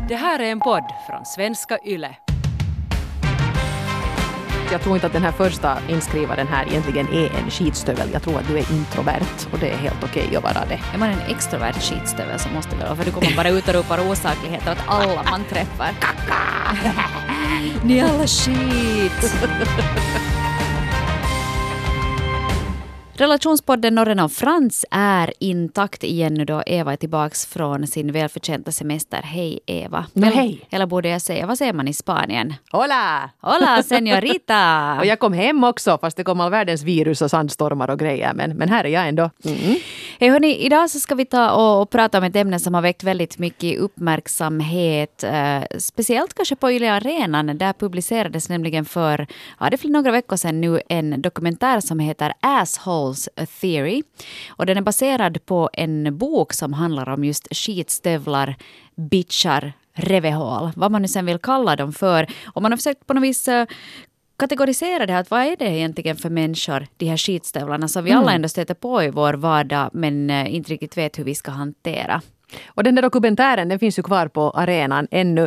Det här är en podd från Svenska Yle. Jag tror inte att den här första inskrivaren här egentligen är en skitstövel. Jag tror att du är introvert och det är helt okej att vara det. Är man en extrovert skitstövel så måste väl, för du kommer bara ut och ropar osakligheter åt alla man träffar. Ni alla skit! Relationspodden Norren och Frans är intakt igen nu då Eva är tillbaks från sin välförtjänta semester. Hej Eva. Hej. Eller borde jag säga, vad säger man i Spanien? Hola! Hola, señorita! Och jag kom hem också fast det kom all världens virus och sandstormar och grejer. Men här är jag ändå. Hej hörni, idag så ska vi ta och prata om ett ämne som har väckt väldigt mycket uppmärksamhet. Speciellt kanske på Yle Arenan. Där publicerades nämligen för några veckor sedan nu en dokumentär som heter Assholes A Theory. Och den är baserad på en bok som handlar om just skitstövlar, bitchar, revehål. Vad man nu sen vill kalla dem för. Och man har försökt på något vis kategorisera det här. Att vad är det egentligen för människor, de här skitstövlarna som vi alla ändå stöter på i vår vardag men inte riktigt vet hur vi ska hantera. Och den där dokumentären, den finns ju kvar på arenan ännu.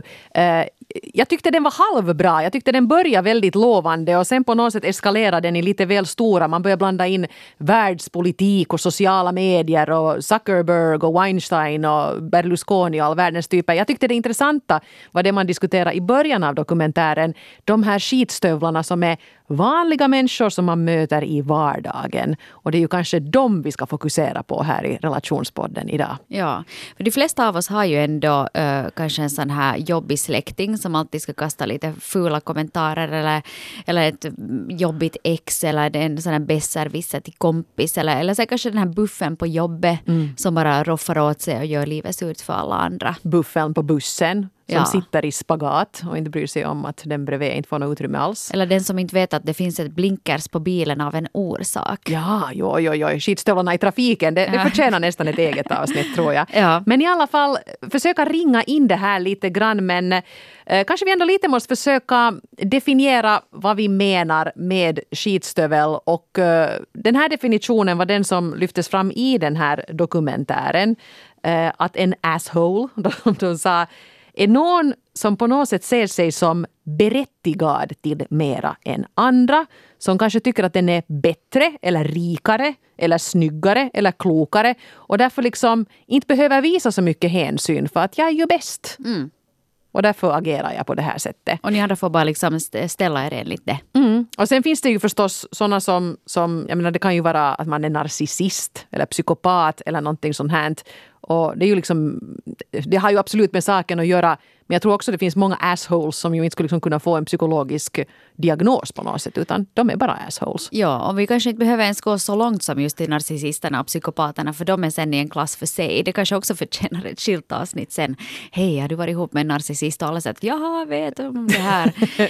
Jag tyckte den var halvbra. Jag tyckte den började väldigt lovande och sen på något sätt eskalerade den i lite väl stora. Man började blanda in världspolitik och sociala medier och Zuckerberg och Weinstein och Berlusconi och all världens typer. Jag tyckte det intressanta var det man diskuterade i början av dokumentären. De här skitstövlarna som är vanliga människor som man möter i vardagen. Och det är ju kanske dem vi ska fokusera på här i relationspodden idag. Ja, för de flesta av oss har ju ändå kanske en sån här jobbig släkting som alltid ska kasta lite fula kommentarer eller ett jobbigt ex eller en sån här besserwisser till kompis eller så kanske den här buffen på jobbet som bara roffar åt sig och gör livet surt för alla andra. Buffen på bussen som sitter i spagat och inte bryr sig om att den bredvid inte får något utrymme alls. Eller den som inte vet att det finns ett blinkers på bilen av en orsak. Ja, skitstövlarna i trafiken, det förtjänar nästan ett eget avsnitt tror jag. Ja. Men i alla fall, försöka ringa in det här lite grann, men kanske vi ändå lite måste försöka definiera vad vi menar med skitstövel. Och den här definitionen var den som lyftes fram i den här dokumentären. Att en asshole, de sa, är någon som på något sätt ser sig som berättigad till mera än andra. Som kanske tycker att den är bättre eller rikare eller snyggare eller klokare. Och därför liksom inte behöver visa så mycket hänsyn för att jag är ju bäst. Och därför agerar jag på det här sättet. Och ni andra får bara liksom ställa er enligt det. Och sen finns det ju förstås sådana som, jag menar det kan ju vara att man är narcissist eller psykopat eller någonting sånt här. Och det är ju liksom, det har ju absolut med saken att göra. Men jag tror också det finns många assholes som ju inte skulle liksom kunna få en psykologisk diagnos på något sätt. Utan de är bara assholes. Ja, och vi kanske inte behöver ens gå så långt som just till narcissisterna och psykopaterna. För de är sen i en klass för sig. Det kanske också förtjänar ett skilt avsnitt sen. Hej, har du varit ihop med en narcissist? Och alla säger att jag vet om det här.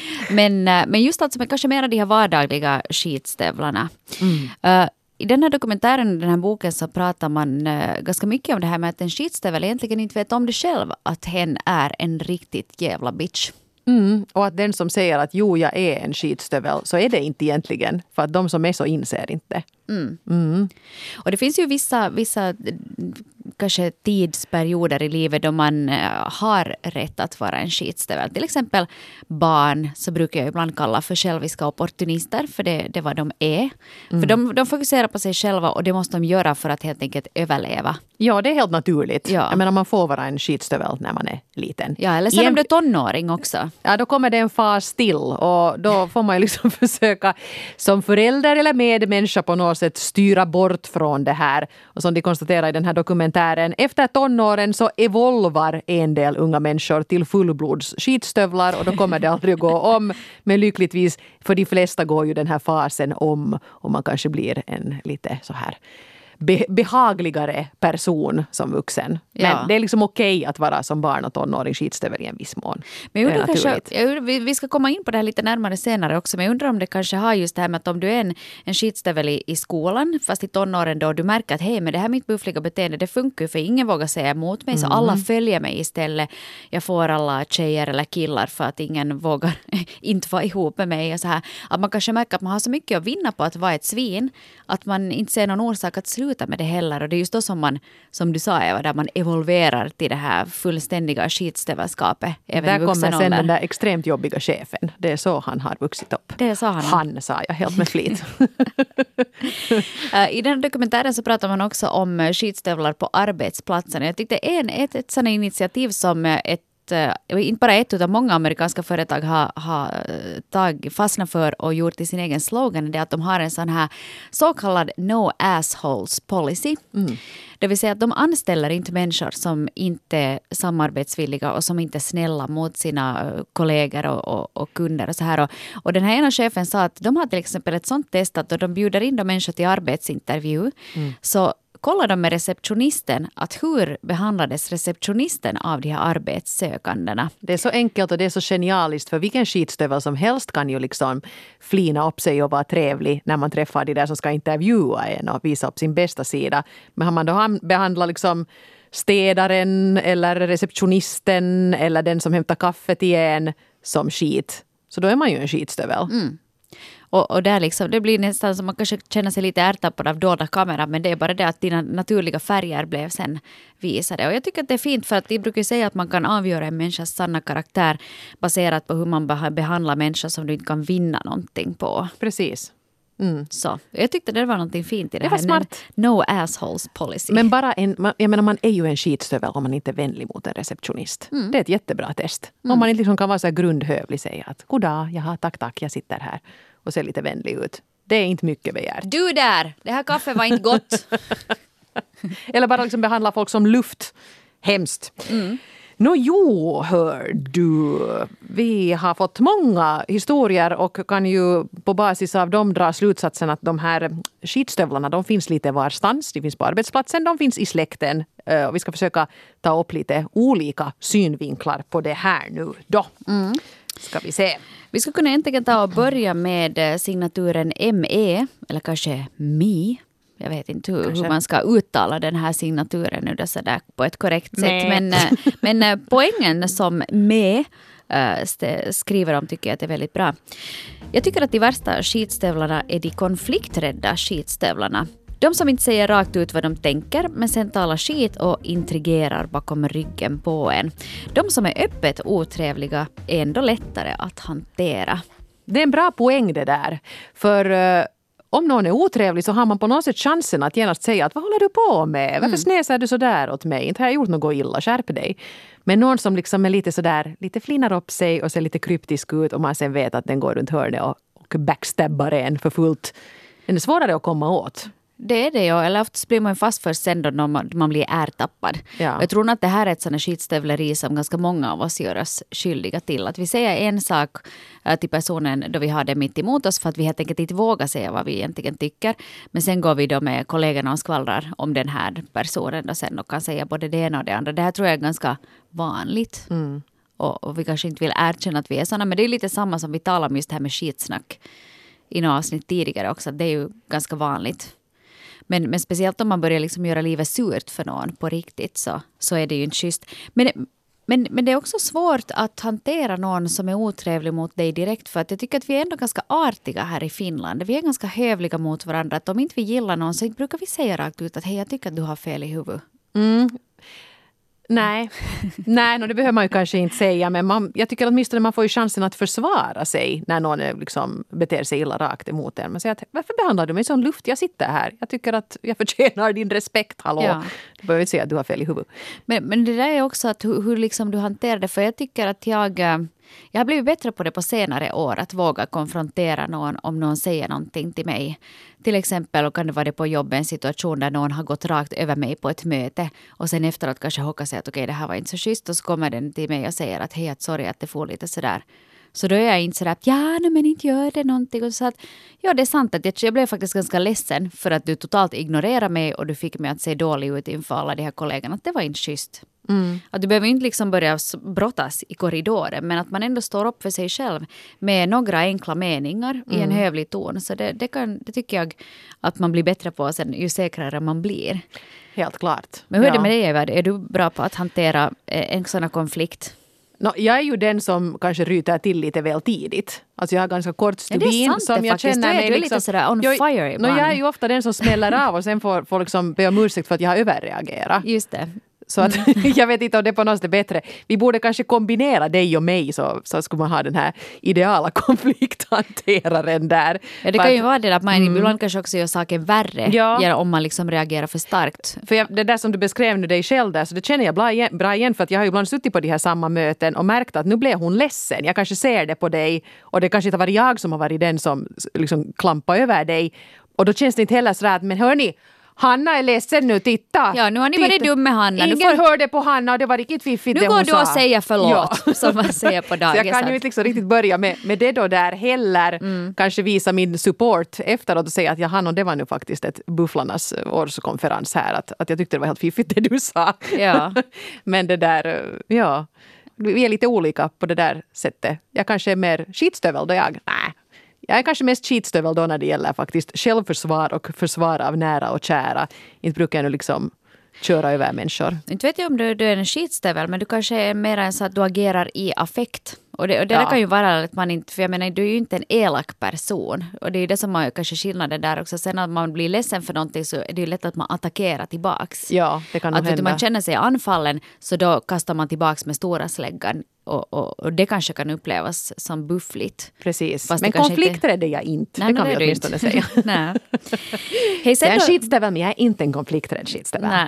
men just alltså med kanske mer de här vardagliga skitstövlarna. I den här dokumentären, den här boken, så pratar man ganska mycket om det här med att en skitstövel egentligen inte vet om det själv att hen är en riktigt jävla bitch. Och att den som säger att jo, jag är en skitstövel, så är det inte egentligen. För att de som är så inser inte. Och det finns ju vissa kanske tidsperioder i livet då man har rätt att vara en skitstövel. Till exempel barn så brukar jag ibland kalla för själviska opportunister, för det är vad de är. För de fokuserar på sig själva och det måste de göra för att helt enkelt överleva. Ja, det är helt naturligt. Ja. Jag menar, man får vara en skitstövel när man är liten. Ja, eller sen om du är tonåring också. Ja, då kommer det en fas till och då får man ju liksom försöka som förälder eller medmänniska på något sätt styra bort från det här. Och som de konstaterar i den här dokumentären, efter tonåren så evolvar en del unga människor till fullblods skitstövlar och då kommer det aldrig att gå om. Men lyckligtvis för de flesta går ju den här fasen om och man kanske blir en lite så här behagligare person som vuxen. Men det är liksom okej att vara som barn och tonåring skitstövel i en viss mån. Men jag undrar kanske, vi ska komma in på det här lite närmare senare också, men jag undrar om det kanske har just det här med att om du är en skitstövel i skolan, fast i tonåren då du märker att hej, men det här mitt buffliga beteende, det funkar för ingen vågar säga emot mig, så alla följer mig istället. Jag får alla tjejer eller killar för att ingen vågar inte vara ihop med mig och så här. Att man kanske märker att man har så mycket att vinna på att vara ett svin, att man inte ser någon orsak att sluta sluta med det heller. Och det är just då som du sa Eva, där man evolverar till det här fullständiga skitstövelskapet. Där kommer sen den där extremt jobbiga chefen. Det är så han har vuxit upp. Det sa han. Han sa jag helt med flit. I den dokumentären så pratar man också om skitstövlar på arbetsplatsen. Jag tyckte ett sådant initiativ som inte bara ett utan många amerikanska företag har fastnat för och gjort till sin egen slogan, det är att de har en sån här så kallad no assholes policy. Det vill säga att de anställer inte människor som inte är samarbetsvilliga och som inte är snälla mot sina kollegor och kunder och så här. Och den här ena chefen sa att de har till exempel ett sånt test att de bjuder in de människor till arbetsintervju så kollar de med receptionisten att hur behandlades receptionisten av de här arbetssökandena. Det är så enkelt och det är så genialiskt för vilken skitstövel som helst kan ju liksom flina upp sig och vara trevlig när man träffar de där som ska intervjua en och visa upp sin bästa sida. Men har man då behandlat liksom städaren eller receptionisten eller den som hämtar kaffet till en som skit, så då är man ju en skitstövel. Och där liksom, det blir nästan som man kanske känner sig lite ärtappad av dolda kameran, men det är bara det att dina naturliga färger blev sen visade. Och jag tycker att det är fint för att de brukar säga att man kan avgöra en människas sanna karaktär baserat på hur man behandlar människor som du inte kan vinna någonting på. Precis. Så jag tyckte det var någonting fint i det var här. Smart. No assholes policy. Men jag menar man är ju en skitstövel om man inte är vänlig mot en receptionist. Det är ett jättebra test. Om man inte liksom kan vara så här grundhövlig, säga att goddag, jaha, tack, jag sitter här och ser lite vänlig ut. Det är inte mycket begärt. Du där, det här kaffet var inte gott. Eller bara liksom behandla folk som luft. Hemskt. Hör du. Vi har fått många historier och kan ju på basis av dem dra slutsatsen att de här skitstövlarna, de finns lite varstans. De finns på arbetsplatsen, de finns i släkten. Och vi ska försöka ta upp lite olika synvinklar på det här nu då. Ska vi se. Vi ska kunna äntligen ta och börja med signaturen ME, eller kanske MI. Jag vet inte hur man ska uttala den här signaturen nu då, så där på ett korrekt sätt. Men poängen som ME skriver om tycker jag att det är väldigt bra. Jag tycker att de värsta skitstövlarna är de konflikträdda skitstövlarna. De som inte säger rakt ut vad de tänker men sen talar skit och intrigerar bakom ryggen på en. De som är öppet otrevliga är ändå lättare att hantera. Det är en bra poäng det där. För om någon är otrevlig så har man på något sätt chansen att genast säga att vad håller du på med? Varför snäsar du så där åt mig? Inte har jag gjort något illa, skärp dig. Men någon som liksom är lite sådär, lite flinar upp sig och ser lite kryptisk ut och man sen vet att den går runt hörnet och backstabbar en för fullt. Den är svårare att komma åt. Det är det ju, eller oftast blir man fast för sen då när man blir ärtappad. Ja. Och jag tror att det här är ett sådant skitstövleri som ganska många av oss gör oss skyldiga till. Att vi säger en sak till personen då vi har det mitt emot oss för att vi helt enkelt inte vågar säga vad vi egentligen tycker. Men sen går vi då med kollegorna och skvallrar om den här personen och sen och kan säga både det ena och det andra. Det här tror jag är ganska vanligt. Och vi kanske inte vill erkänna att vi är sådana, men det är lite samma som vi talar om just det här med skitsnack i några avsnitt tidigare också. Det är ju ganska vanligt. Men speciellt om man börjar liksom göra livet surt för någon på riktigt så är det ju inte schysst. Men det är också svårt att hantera någon som är otrevlig mot dig direkt. För att jag tycker att vi är ändå ganska artiga här i Finland. Vi är ganska hövliga mot varandra. Att om inte vi gillar någon så brukar vi säga rakt ut att hej, jag tycker att du har fel i huvudet. Nej, det behöver man ju kanske inte säga. Men jag tycker åtminstone man får ju chansen att försvara sig när någon liksom beter sig illa rakt emot en. Man säger att varför behandlar du mig som luft? Jag sitter här. Jag tycker att jag förtjänar din respekt. Hallå. Ja. Du behöver inte säga att du har fel i huvudet. Men det där är också att hur liksom du hanterar det. För jag tycker att jag har blivit bättre på det på senare år. Att våga konfrontera någon om någon säger någonting till mig. Till exempel kan det vara det på jobbet en situation där någon har gått rakt över mig på ett möte. Och sen efteråt kanske hokar sig att okej, det här var inte så schysst. Och så kommer den till mig och säger att hej, sorry att det får lite sådär. Så då är jag inte sådär att men inte gör det någonting. Och så att ja, det är sant att jag blev faktiskt ganska ledsen för att du totalt ignorerar mig och du fick mig att se dålig ut inför alla de här kollegorna. Att det var inte schysst. Att du behöver inte liksom börja brottas i korridoren, men att man ändå står upp för sig själv med några enkla meningar i en hövlig ton. Så det tycker jag att man blir bättre på sen ju säkrare man blir. Helt klart. Men hur är det med dig, Eva? Är du bra på att hantera en sån här konflikt? Jag är ju den som kanske ryter till lite väl tidigt. Alltså jag har ganska kort stubin. Det är sant som jag faktiskt. känner mig du är lite sådär on fire ibland. Jag är ju ofta den som smäller av och sen får liksom be om ursäkt för att jag har överreagerat. Just det. Så att, jag vet inte om det på något sätt är bättre. Vi borde kanske kombinera dig och mig så skulle man ha den här ideala konflikthanteraren där. Ja, det kan ju vara det att man ibland kanske också gör saken värre om man liksom reagerar för starkt. För det där som du beskrev nu dig själv där, så det känner jag bra igen för att jag har ju ibland suttit på de här samma möten och märkt att nu blev hon ledsen. Jag kanske ser det på dig och det kanske inte har varit jag som har varit den som liksom klampar över dig. Och då känns det inte heller så att men hörni, Hanna är ledsen nu, titta. Ja, nu har ni varit dum med Hanna. Ingen hörde på Hanna och det var riktigt fiffigt det hon sa. Nu går du och säger förlåt, som man säger på dagis. Så jag kan ju inte liksom riktigt börja med det då där heller. Kanske visa min support efteråt och säga att Hanna, det var nu faktiskt ett Bufflarnas årskonferens här. Att jag tyckte det var helt fiffigt det du sa. Ja. Men det där, vi är lite olika på det där sättet. Jag kanske är mer skitstövel då jag är kanske mest skitstövel då när det gäller faktiskt självförsvar och försvar av nära och kära. Inte brukar jag nu liksom köra över människor. Inte vet jag om du är en skitstövel, men du kanske är mer än så att du agerar i affekt. Och det där kan ju vara att man inte, för jag menar du är ju inte en elak person. Och det är ju det som är kanske skillnaden där också. Sen att man blir ledsen för någonting så är det ju lätt att man attackerar tillbaks. Ja, det kan nog hända. Att man känner sig anfallen så då kastar man tillbaks med stora släggan. Och det kanske kan upplevas som buffligt. Precis. Fast men konflikter är det jag inte. Nej, det kan vi åtminstone säga. Nej. Jag är en skitstövel men jag är inte en konflikträdd skitstövel. Nej.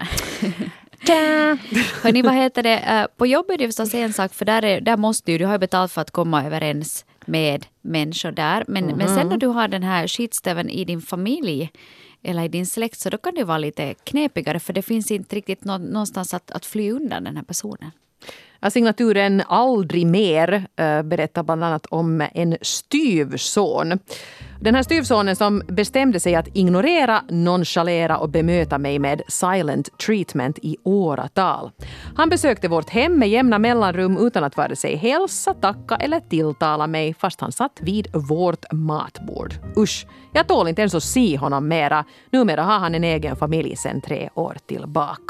Hörrni, vad heter det? På jobbet är det förstås en sak, för där måste du har ju betalt för att komma överens med människor där. Men sen när du har den här skitstöveln i din familj eller i din släkt så då kan det vara lite knepigare för det finns inte riktigt någonstans att fly undan den här personen. Signaturen Aldrig mer berättar bland annat om en styvson. Den här styvsonen som bestämde sig att ignorera, nonchalera och bemöta mig med silent treatment i åratal. Han besökte vårt hem med jämna mellanrum utan att vare sig hälsa, tacka eller tilltala mig fast han satt vid vårt matbord. Usch, jag tål inte ens att se honom mera. Numera har han en egen familj sedan 3 år tillbaka.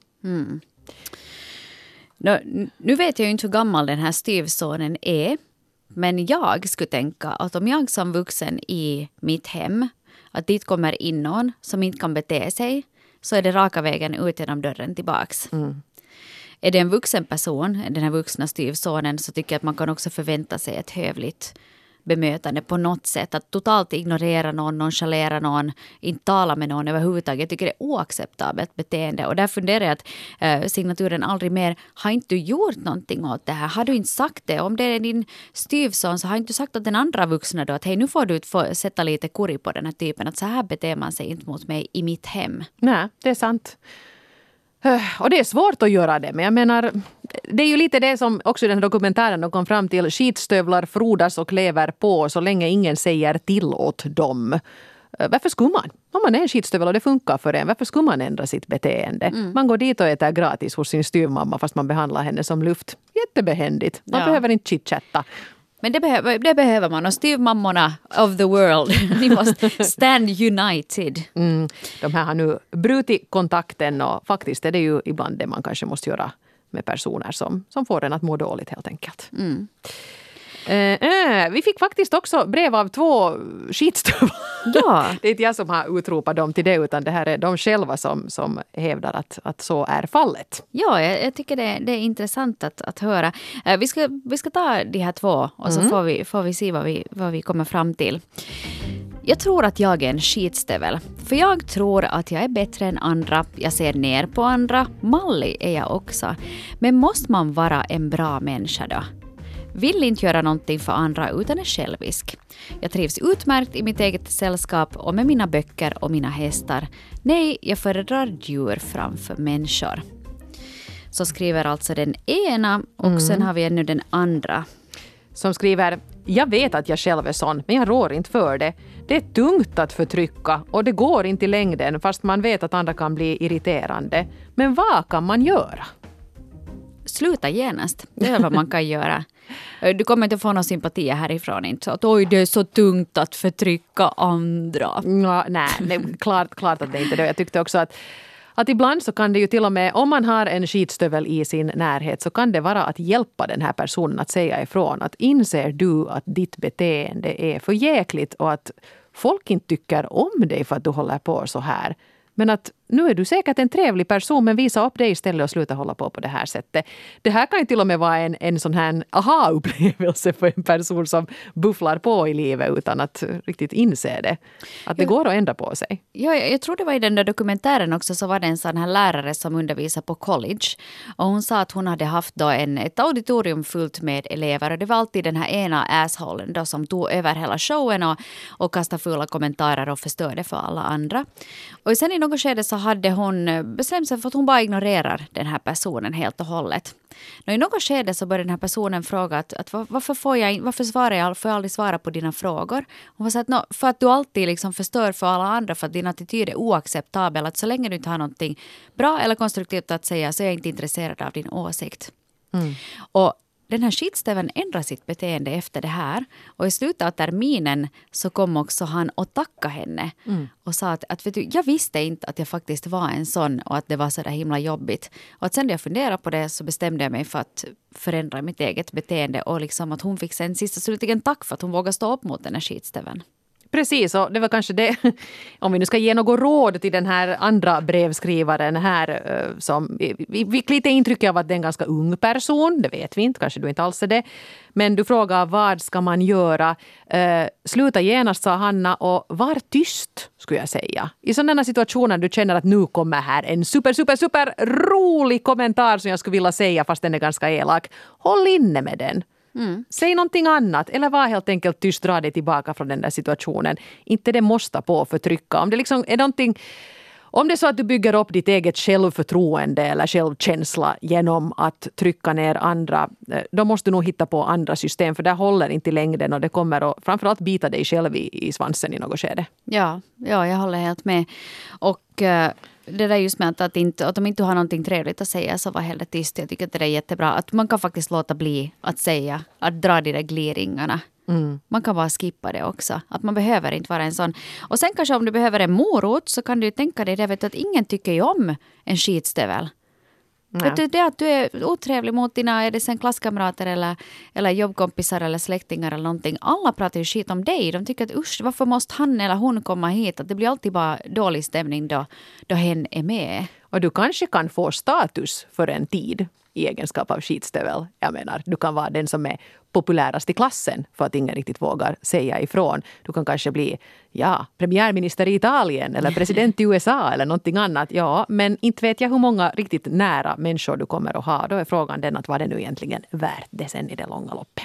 Nu vet jag ju inte hur gammal den här styvsonen är. Men jag skulle tänka att om jag som vuxen i mitt hem, att dit kommer in någon som inte kan bete sig, så är det raka vägen ut genom dörren tillbaks. Är det en vuxen person, den här vuxna styvsonen, så tycker jag att man kan också förvänta sig ett hövligt bemötande på något sätt. Att totalt ignorera någon, nonchalera någon, inte tala med någon överhuvudtaget. Jag tycker det är oacceptabelt beteende. Och där funderar jag att signaturen Aldrig mer, har inte du gjort någonting åt det här? Har du inte sagt det? Om det är din styvson så har inte du sagt åt den andra vuxna då att hej, nu får du sätta lite kurri på den här typen. Att så här beter man sig inte mot mig i mitt hem. Nej, det är sant. Och det är svårt att göra det, men jag menar, det är ju lite det som också i den här dokumentären de kom fram till. Skitstövlar frodas och lever på så länge ingen säger till åt dem. Varför skulle man? Om man är en skitstövel och det funkar för en, varför skulle man ändra sitt beteende? Man går dit och äter gratis hos sin styvmamma fast man behandlar henne som luft. Jättebehändigt. Man behöver inte chitchatta. Men det behöver man. Och styvmammorna of the world, ni måste stand united. De här har nu brutit kontakten och faktiskt är det ju ibland det man kanske måste göra med personer som får en att må dåligt helt enkelt. Vi fick faktiskt också brev av 2 skitstövlar. Ja. Det är inte jag som har utropat dem till det utan det här är de själva som hävdar att så är fallet. Ja, jag tycker det är intressant att höra. Vi ska ta de här 2 och så får vi se vad vi kommer fram till. Jag tror att jag är en skitstövel. För jag tror att jag är bättre än andra. Jag ser ner på andra. Mallig är jag också. Men måste man vara en bra människa då? Vill inte göra någonting för andra utan är självisk. Jag trivs utmärkt i mitt eget sällskap och med mina böcker och mina hästar. Nej, jag föredrar djur framför människor. Så skriver alltså den ena och sen har vi ännu den andra. Som skriver, jag vet att jag själv är sån men jag rår inte för det. Det är tungt att förtrycka och det går inte i längden fast man vet att andra kan bli irriterande. Men vad kan man göra? Sluta genast. Det är vad man kan göra. Du kommer inte få någon sympati härifrån. Inte så att oj, det är så tungt att förtrycka andra. Ja, nej, klart att det inte är det. Jag tyckte också att ibland så kan det ju till och med, om man har en skitstövel i sin närhet, så kan det vara att hjälpa den här personen att säga ifrån. Att inser du att ditt beteende är för jäkligt och att folk inte tycker om dig för att du håller på så här. Men att nu är du säkert en trevlig person, men visa upp dig istället och sluta hålla på det här sättet. Det här kan ju till och med vara en sån här aha-upplevelse för en person som bufflar på i livet utan att riktigt inse det. Att det går att ändra på sig. Ja, jag tror det var i den där dokumentären också, så var det en sån här lärare som undervisar på college. Och hon sa att hon hade haft då ett auditorium fullt med elever. Och det var alltid den här ena assholen då som tog över hela showen och kastade fulla kommentarer och förstörde för alla andra. Och sen i något skede så hade hon bestämt sig för att hon bara ignorerar den här personen helt och hållet. Och i något skede så började den här personen fråga att varför får jag aldrig svara på dina frågor? Hon var så att för att du alltid liksom förstör för alla andra, för att din attityd är oacceptabel. Att så länge du inte har någonting bra eller konstruktivt att säga så är jag inte intresserad av din åsikt. Mm. Och den här skitstöveln ändrar sitt beteende efter det här. Och i slutet av terminen så kom också han och tacka henne. Och sa att vet du, jag visste inte att jag faktiskt var en sån och att det var så där himla jobbigt. Och att sen när jag funderade på det så bestämde jag mig för att förändra mitt eget beteende. Och liksom att hon fick sen sista slutligen tack för att hon vågade stå upp mot den här skitstöveln. Precis, och det var kanske det, om vi nu ska ge något råd till den här andra brevskrivaren här, som vi fick lite intryck av att det är en ganska ung person, det vet vi inte, kanske du inte alls är det. Men du frågar vad ska man göra? Sluta genast, sa Hanna, och var tyst, skulle jag säga. I sådana situationer du känner att nu kommer här en super rolig kommentar som jag skulle vilja säga fast den är ganska elak. Håll inne med den. Säg någonting annat eller var helt enkelt tyst, dra dig tillbaka från den där situationen. Inte det måste på förtrycka. Om det liksom är någonting, om det är så att du bygger upp ditt eget självförtroende eller självkänsla genom att trycka ner andra, då måste du nog hitta på andra system, för det håller inte i längden och det kommer att framförallt bita dig själv i svansen i något skede. Ja, jag håller helt med. Och det där just med att om inte har någonting trevligt att säga så var hellre tyst. Jag tycker att det är jättebra. Att man kan faktiskt låta bli att säga, att dra de där gliringarna. Man kan bara skippa det också. Att man behöver inte vara en sån. Och sen kanske om du behöver en morot så kan du tänka dig det, vet du, att ingen tycker ju om en skitstövel. Vet du, det att du är otrevlig mot dina, är det sen klasskamrater eller jobbkompisar eller släktingar eller någonting. Alla pratar ju skit om dig. De tycker att usch, varför måste han eller hon komma hit? Att det blir alltid bara dålig stämning då hen är med. Och du kanske kan få status för en tid i egenskap av skitstövel. Jag menar, du kan vara den som är populärast i klassen för att ingen riktigt vågar säga ifrån. Du kan kanske bli premiärminister i Italien eller president i USA eller någonting annat. Ja, men inte vet jag hur många riktigt nära människor du kommer att ha. Då är frågan den att vad det nu egentligen värt det sen i det långa loppet.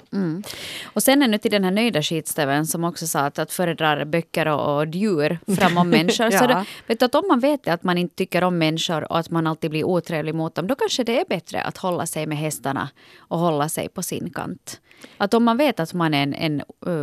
Och sen är nu till den här nöjda skitstöveln som också sa att föredrar böcker och djur framom människor. Så då, vet du, att om man vet att man inte tycker om människor och att man alltid blir otrevlig mot dem, då kanske det är bättre att hålla sig med hästarna och hålla sig på sin kant. Att om man vet att man är en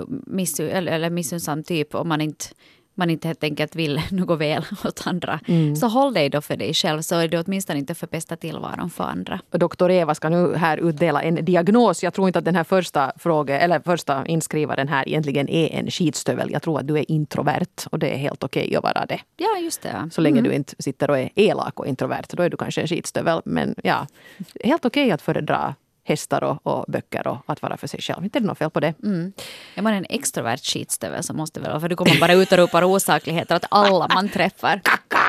missunnsam typ och man inte helt enkelt vill något väl åt andra, så håll dig då för dig själv, så är du åtminstone inte förpesta tillvaron för andra. Doktor Eva ska nu här utdela en diagnos. Jag tror inte att den här första inskrivaren här egentligen är en skitstövel. Jag tror att du är introvert och det är helt okej att vara det. Ja, just det. Så länge du inte sitter och är elak och introvert, då är du kanske en skitstövel. Men ja, helt okej att föredra hästar och böcker och att vara för sig själv. Inte är det något fel på det. Är man en extrovert skitstövel så måste väl, för du kommer bara ut och ropar osakligheter åt alla man träffar.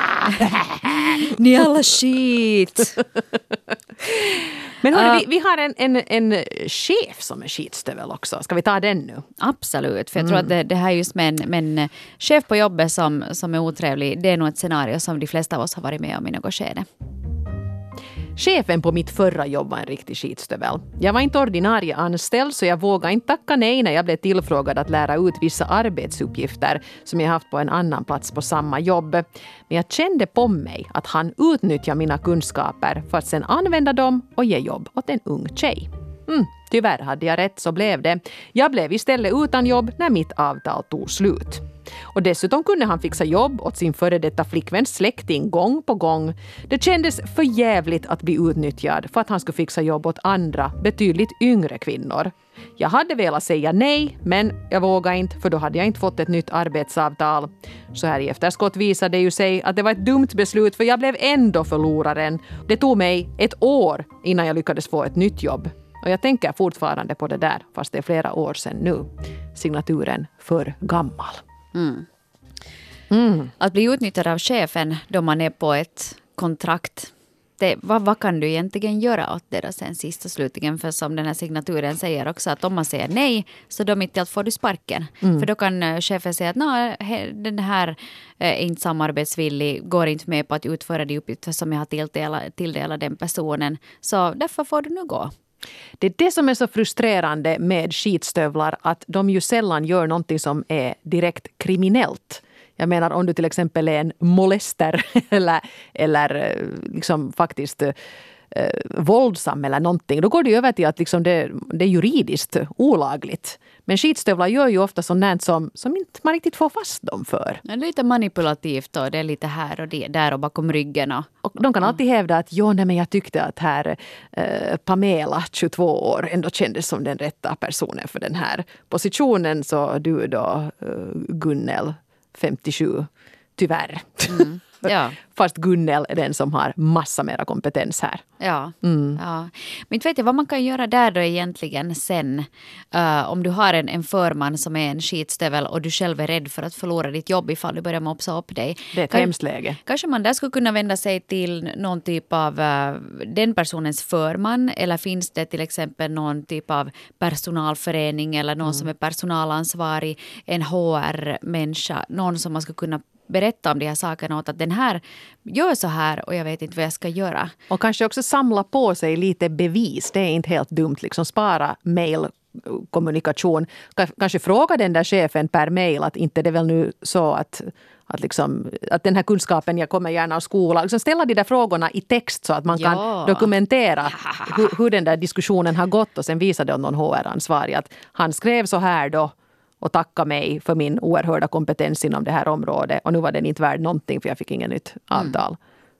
Ni alla skit! Men hörru, vi har en chef som är skitstövel också. Ska vi ta den nu? Absolut, för jag tror att det här just med en chef på jobbet som är otrevlig, det är nog ett scenario som de flesta av oss har varit med om i något skede. Chefen på mitt förra jobb var en riktig skitstövel. Jag var inte ordinarie anställd så jag vågade inte tacka nej när jag blev tillfrågad att lära ut vissa arbetsuppgifter som jag haft på en annan plats på samma jobb. Men jag kände på mig att han utnyttjar mina kunskaper för att sen använda dem och ge jobb åt en ung tjej. Tyvärr hade jag rätt, så blev det. Jag blev istället utan jobb när mitt avtal tog slut. Och dessutom kunde han fixa jobb åt sin före detta flickväns släkting gång på gång. Det kändes för jävligt att bli utnyttjad för att han skulle fixa jobb åt andra, betydligt yngre kvinnor. Jag hade velat säga nej, men jag vågade inte, för då hade jag inte fått ett nytt arbetsavtal. Så här i efterskott visade det ju sig att det var ett dumt beslut, för jag blev ändå förloraren. Det tog mig 1 år innan jag lyckades få ett nytt jobb. Och jag tänker fortfarande på det där, fast det är flera år sedan nu. Signaturen för gammal. Att bli utnyttjad av chefen då man är på ett kontrakt, vad kan du egentligen göra åt det då sen sist och slutligen? För som den här signaturen säger också, att om man säger nej så då mitt i allt får du sparken. För då kan chefen säga att den här är inte samarbetsvillig, går inte med på att utföra de uppgifter som jag har tilldelat den personen. Så därför får du nu gå. Det är det som är så frustrerande med skitstövlar, att de ju sällan gör någonting som är direkt kriminellt. Jag menar, om du till exempel är en molester eller liksom faktiskt våldsam eller någonting, då går det över till att liksom det är juridiskt olagligt. Men skitstövlar gör ju ofta sånt som inte man riktigt får fast dem för. Det är lite manipulativt och det är lite här och där och bakom ryggen. Och de kan alltid hävda att men jag tyckte att här Pamela, 22 år, ändå kändes som den rätta personen för den här positionen. Så du då, Gunnel, 57, tyvärr. Ja. Fast Gunnel är den som har massa mera kompetens här. Ja. Men inte vet jag vad man kan göra där då egentligen sen. Om du har en förman som är en skitstövel och du själv är rädd för att förlora ditt jobb ifall du börjar mopsa upp dig. Det är ett hemskt läge. Kanske man där skulle kunna vända sig till någon typ av den personens förman, eller finns det till exempel någon typ av personalförening eller någon som är personalansvarig, en HR-människa, någon som man skulle kunna berätta om de här sakerna åt, att den här gör så här och jag vet inte vad jag ska göra. Och kanske också samla på sig lite bevis. Det är inte helt dumt. Liksom spara mailkommunikation. Kanske fråga den där chefen per mail att inte det är väl nu så att den här kunskapen, jag kommer gärna av skola. Liksom ställa de där frågorna i text så att man kan dokumentera hur den där diskussionen har gått, och sen visa det om någon HR-ansvarig att han skrev så här då och tacka mig för min oerhörda kompetens inom det här området. Och nu var den inte värd någonting för jag fick ingen nytt avtal.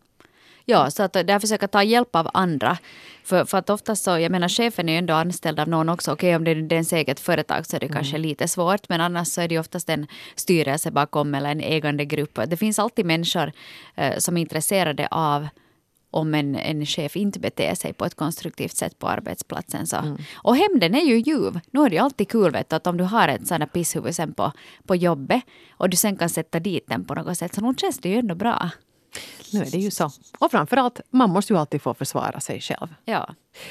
Ja, så att där försöka ta hjälp av andra. För att oftast så, jag menar, chefen är ju ändå anställd av någon också. Okej, om det är ens eget företag så är det kanske lite svårt. Men annars så är det oftast en styrelse bakom eller en ägande grupp. Det finns alltid människor som är intresserade av om en chef inte beter sig på ett konstruktivt sätt på arbetsplatsen. Så. Och hämnden är ju ljuv. Nu är det alltid kul, vet du, att om du har ett sådant här pisshuvud sen på jobbet och du sen kan sätta dit den på något sätt, så nog känns det ju ändå bra. Nu är det ju så. Och framförallt, man måste ju alltid få försvara sig själv. Ja.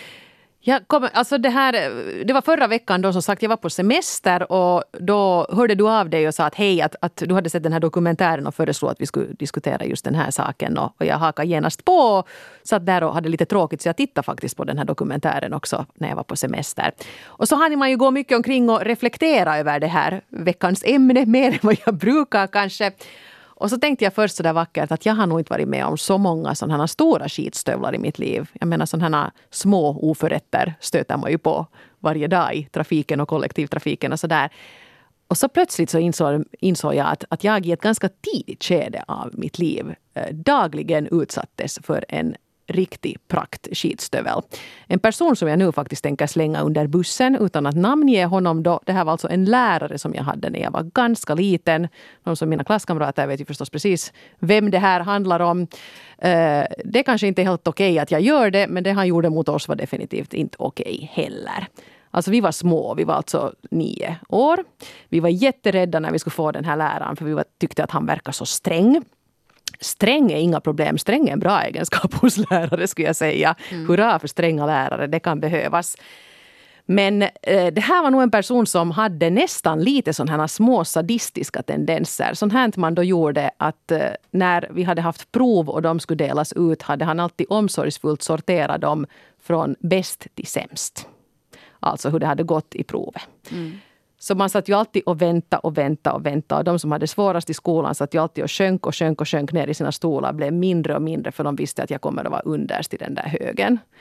Det var förra veckan då, som sagt, jag var på semester och då hörde du av dig och sa att hej, att du hade sett den här dokumentären och föreslog att vi skulle diskutera just den här saken, och jag hakade genast på och satt där och hade lite tråkigt, så jag tittade faktiskt på den här dokumentären också när jag var på semester. Och så hann man ju gå mycket omkring och reflektera över det här veckans ämne mer än vad jag brukar kanske. Och så tänkte jag först så där vackert att jag har nog inte varit med om så många sådana stora skitstövlar i mitt liv. Jag menar, sådana små oförrätter stöter man ju på varje dag i trafiken och kollektivtrafiken och sådär. Och så plötsligt så insåg jag att jag i ett ganska tidigt skede av mitt liv dagligen utsattes för en riktig praktskitstövel. En person som jag nu faktiskt tänker slänga under bussen utan att namnge honom då. Det här var alltså en lärare som jag hade när jag var ganska liten. De som mina klasskamrater vet ju förstås precis vem det här handlar om. Det är kanske inte helt okej att jag gör det, men det han gjorde mot oss var definitivt inte okej heller. Alltså vi var små, vi var alltså 9 år. Vi var jätterädda när vi skulle få den här läraren, för vi tyckte att han verkar så sträng. Sträng är inga problem. Sträng är en bra egenskap hos lärare, skulle jag säga. Hurra för stränga lärare, det kan behövas. Men det här var nog en person som hade nästan lite sådana här små sadistiska tendenser. Sånt här man då gjorde att när vi hade haft prov och de skulle delas ut, hade han alltid omsorgsfullt sorterat dem från bäst till sämst. Alltså hur det hade gått i provet. Så man satt ju alltid och väntade. Och de som hade svårast i skolan satt ju alltid och sjönk ner i sina stolar. Blev mindre och mindre, för de visste att jag kommer att vara underst i den där högen.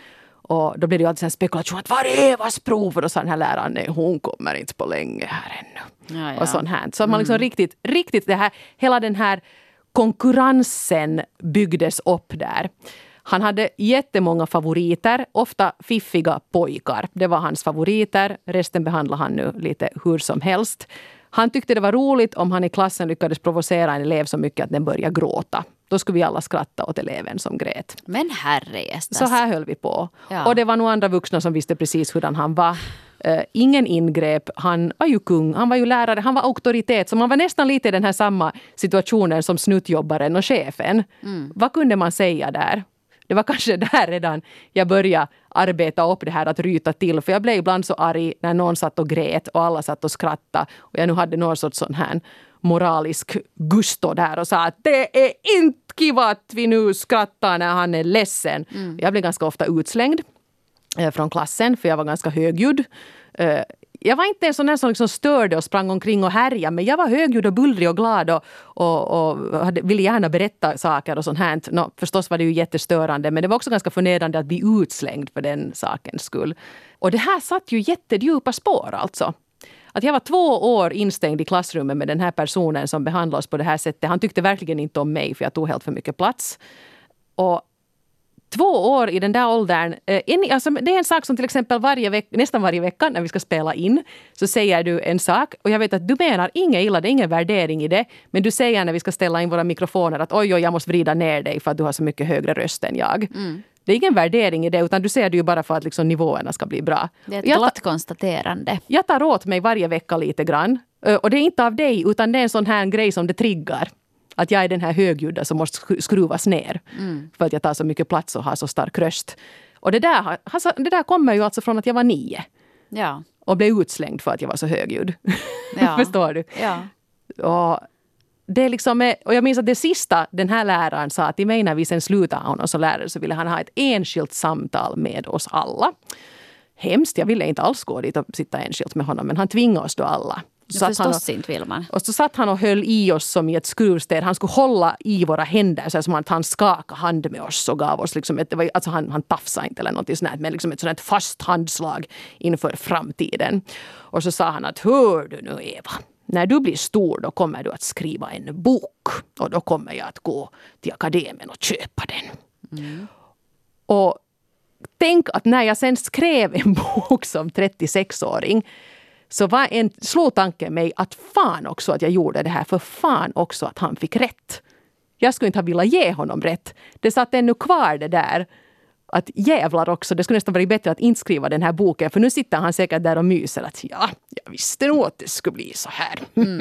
Och då blev det ju alltid en spekulation att var är Evas prov? Och då sa den här läraren, nej, hon kommer inte på länge här ännu. Ja. Och sånt här. Så att man liksom riktigt det här, hela den här konkurrensen byggdes upp där. Han hade jättemånga favoriter, ofta fiffiga pojkar. Det var hans favoriter, resten behandlade han nu lite hur som helst. Han tyckte det var roligt om han i klassen lyckades provocera en elev så mycket att den började gråta. Då skulle vi alla skratta åt eleven som grät. Men herrejestas. Så här höll vi på. Ja. Och det var nog andra vuxna som visste precis hurdan han var. Ingen ingrepp. Han var ju kung, han var ju lärare, han var auktoritet. Så man var nästan lite i den här samma situationen som snuttjobbaren och chefen. Vad kunde man säga där? Det var kanske där redan jag började arbeta upp det här att ryta till. För jag blev ibland så arg när någon satt och grät och alla satt och skrattade. Och jag nu hade någon sorts sån här moralisk gusto där och sa att det är inte kiva att vi nu skrattar när han är ledsen. Jag blev ganska ofta utslängd från klassen för jag var ganska högljudd. Jag var inte en sån där som liksom störde och sprang omkring och härjade, men jag var högljudd och bullrig och glad och ville gärna berätta saker och sånt här. Förstås var det ju jättestörande, men det var också ganska förnedrande att bli utslängd för den sakens skull. Och det här satt ju jättedjupa spår alltså. Att jag var 2 år instängd i klassrummet med den här personen som behandlade oss på det här sättet. Han tyckte verkligen inte om mig för jag tog helt för mycket plats. Och 2 år i den där åldern, alltså det är en sak som till exempel nästan varje vecka när vi ska spela in så säger du en sak och jag vet att du menar inget illa, det är ingen värdering i det, men du säger när vi ska ställa in våra mikrofoner att oj, jag måste vrida ner dig för att du har så mycket högre röst än jag. Det är ingen värdering i det utan du säger det ju bara för att liksom nivåerna ska bli bra. Det är ett glatt konstaterande. Jag tar åt mig varje vecka lite grann och det är inte av dig utan det är en sån här grej som det triggar. Att jag är den här högljudda som måste skruvas ner. För att jag tar så mycket plats och har så stark röst. Och det där kommer ju alltså från att jag var 9. Ja. Och blev utslängd för att jag var så högljudd. Ja. Förstår du? Ja. Och det är liksom, och jag minns att det sista den här läraren sa till mig när vi sen slutade honom som lärare så ville han ha ett enskilt samtal med oss alla. Hemskt, jag ville inte alls gå dit och sitta enskilt med honom men han tvingade oss då alla. Så förstås inte vill man. Och så satt han och höll i oss som i ett skruvstäd. Han skulle hålla i våra händer så som att han skakade hand med oss och gav oss liksom alltså han tafsade inte eller något sånt men liksom ett sånt fast handslag inför framtiden. Och så sa han att hör du nu Eva, när du blir stor då kommer du att skriva en bok och då kommer jag att gå till akademin och köpa den. Och tänk att när jag sen skrev en bok som 36-åring så slog tanken mig att fan också att jag gjorde det här. För fan också att han fick rätt. Jag skulle inte ha velat ge honom rätt. Det satt ännu kvar det där. Att jävlar också. Det skulle nästan vara bättre att inte skriva den här boken. För nu sitter han säkert där och myser. Att jag visste nog att det skulle bli så här.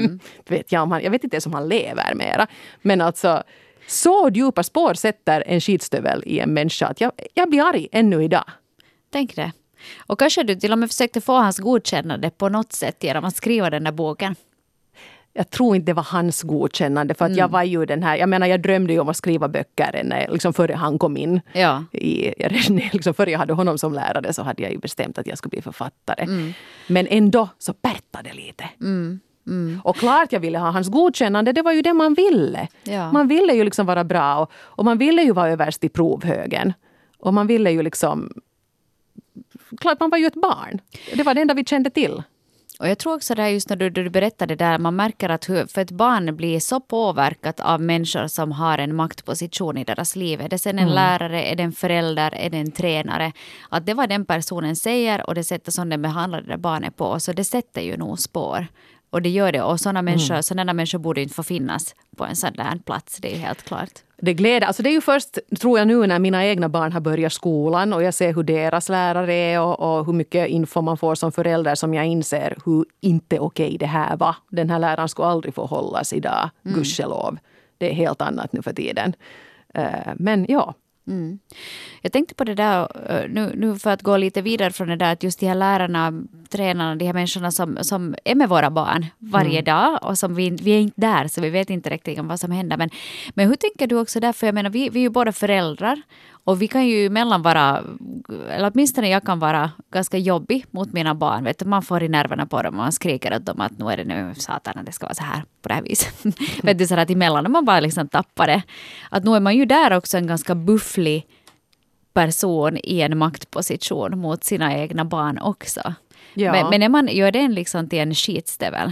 Jag vet inte ens om han lever mera. Men alltså så djupa spår sätter en skitstövel i en människa. Att jag blir arg ännu idag. Tänk det. Och kanske du till och med försökte få hans godkännande på något sätt genom att skriva den där boken. Jag tror inte det var hans godkännande för att jag var ju den här, jag drömde ju om att skriva böcker liksom före han kom in. Ja. Liksom före jag hade honom som lärare så hade jag ju bestämt att jag skulle bli författare. Men ändå så pärtade det lite. Och klart jag ville ha hans godkännande, det var ju det man ville. Ja. Man ville ju liksom vara bra och man ville ju vara överst i provhögen. Och man ville ju liksom, klart man var ju ett barn. Det var det enda vi kände till. Och jag tror också det just när du berättade där, man märker att för ett barn blir så påverkat av människor som har en maktposition i deras liv. Är det sen en lärare, är det en förälder, är det en tränare? Att det var den personen säger och det sättet som den behandlar det där barnet på. Så det sätter ju nog spår. Och det gör det. Och sådana människor borde inte få finnas på en sån där plats. Det är ju helt klart. Det gläder. Alltså det är ju först, tror jag nu, när mina egna barn har börjat skolan och jag ser hur deras lärare är och hur mycket info man får som förälder som jag inser hur inte okej det här var. Den här läraren skulle aldrig få hållas idag, gudskelov. Det är helt annat nu för tiden. Men ja. Jag tänkte på det där nu för att gå lite vidare från det där att just de här lärarna, tränarna, de här människorna som är med våra barn varje dag och som vi är inte där så vi vet inte riktigt vad som händer. Men hur tänker du också där? För jag menar vi är ju båda föräldrar och vi kan ju emellan vara, eller åtminstone jag kan vara ganska jobbig mot mina barn. Vet du, man får i nerverna på dem och man skriker åt dem att nu är det nu satan det ska vara så här på det här viset. Vet du, så att emellan när man bara liksom tappar det. Att nu är man ju där också en ganska bufflig person i en maktposition mot sina egna barn också. Ja. Men gör den liksom till en skitstövel?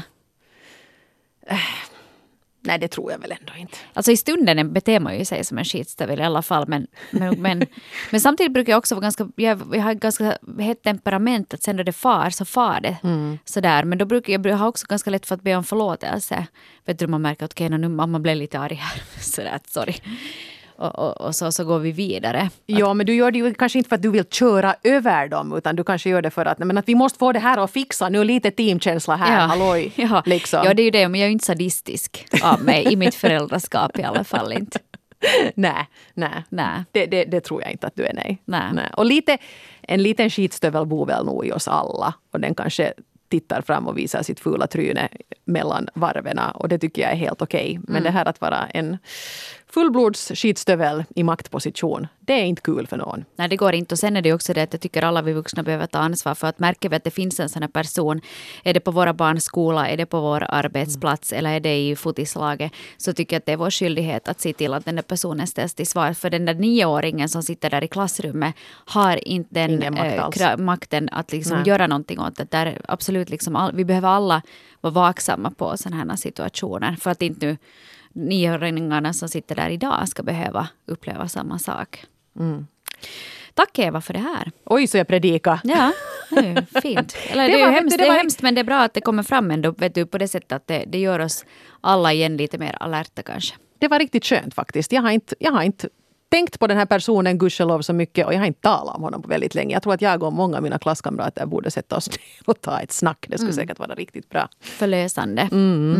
Nej, det tror jag väl ändå inte. Alltså i stunden beter man ju sig som en skitstövel i alla fall. Men samtidigt brukar jag också vara jag har ganska hett temperament att sen då det far så far det. Sådär. Men då brukar jag ha också ganska lätt för att be om förlåtelse. Vet du, man märker att nu mamma blev lite arg här. Sådär, sorry. Och så går vi vidare. Ja, men du gör det ju kanske inte för att du vill köra över dem, utan du kanske gör det för att vi måste få det här att fixa. Nu lite teamkänsla här, halloj. Ja. Liksom. Ja, det är ju det, men jag är ju inte sadistisk av mig i mitt föräldraskap i alla fall inte. Nej. Det tror jag inte att du är, nej. Och en liten skitstövel bor väl nog i oss alla. Och den kanske tittar fram och visar sitt fula tryne mellan varverna. Och det tycker jag är helt okej. Men det här att vara en fullblods skitstövel i maktposition, det är inte kul för någon. Nej, det går inte. Och sen är det också det att jag tycker alla vi vuxna behöver ta ansvar för att märker vi att det finns en sån här person, är det på våra barns skola, är det på vår arbetsplats eller är det i fotislaget, så tycker jag att det är vår skyldighet att se till att den där personen ställs till svar. För den där 9-åringen som sitter där i klassrummet har inte den makten att liksom göra någonting åt det. Där absolut liksom vi behöver alla vara vaksamma på sådana här situationer för att inte nu 9-åringarna som sitter där idag ska behöva uppleva samma sak. Tack Eva för det här. Oj, så jag predikar. Ja, det är fint. Eller det är hemskt, men det är bra att det kommer fram ändå, vet du, på det sättet att det gör oss alla igen lite mer alerta kanske. Det var riktigt skönt faktiskt. Jag har inte tänkt på den här personen gudskelov så mycket och jag har inte talat om honom på väldigt länge. Jag tror att jag och många av mina klasskamrater borde sätta oss ner och ta ett snack. Det skulle säkert vara riktigt bra. Förlösande.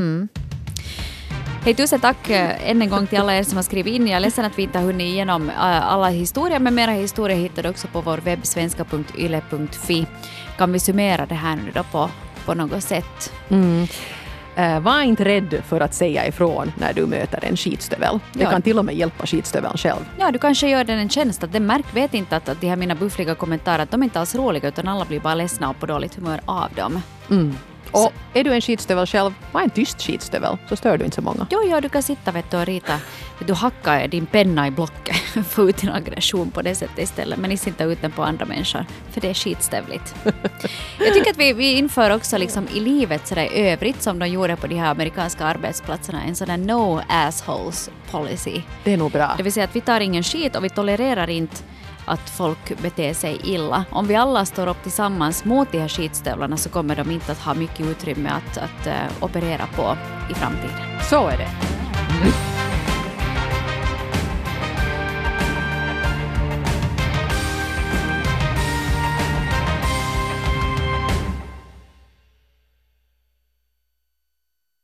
Hej, tusen tack än en gång till alla er som har skrivit in. Jag är ledsen att vi inte har hunnit igenom alla historier, men mera historier hittar du också på vår webb svenska.yle.fi. Kan vi summera det här nu då på något sätt? Var inte rädd för att säga ifrån när du möter en skitstövel. Det kan till och med hjälpa skitstöveln själv. Ja, du kanske gör den en tjänst att den vet inte att de här mina buffliga kommentarer, att de inte alls roliga utan alla blir bara ledsna och på dåligt humör av dem. Och är du en skitstövel själv, var en tyst skitstövel så stör du inte så många. Jo, du kan sitta och rita. Du hackar din penna i blocket för ut din aggression på det sättet istället. Men inte ut den på andra människor, för det är skitstövligt. Jag tycker att vi inför också liksom i livet sådär övrigt som de gjorde på de här amerikanska arbetsplatserna en sån där no assholes policy. Det är nog bra. Det vill säga att vi tar ingen skit och vi tolererar inte att folk beter sig illa. Om vi alla står upp tillsammans mot de här skitstövlarna så kommer de inte att ha mycket utrymme att operera på i framtiden. Så är det.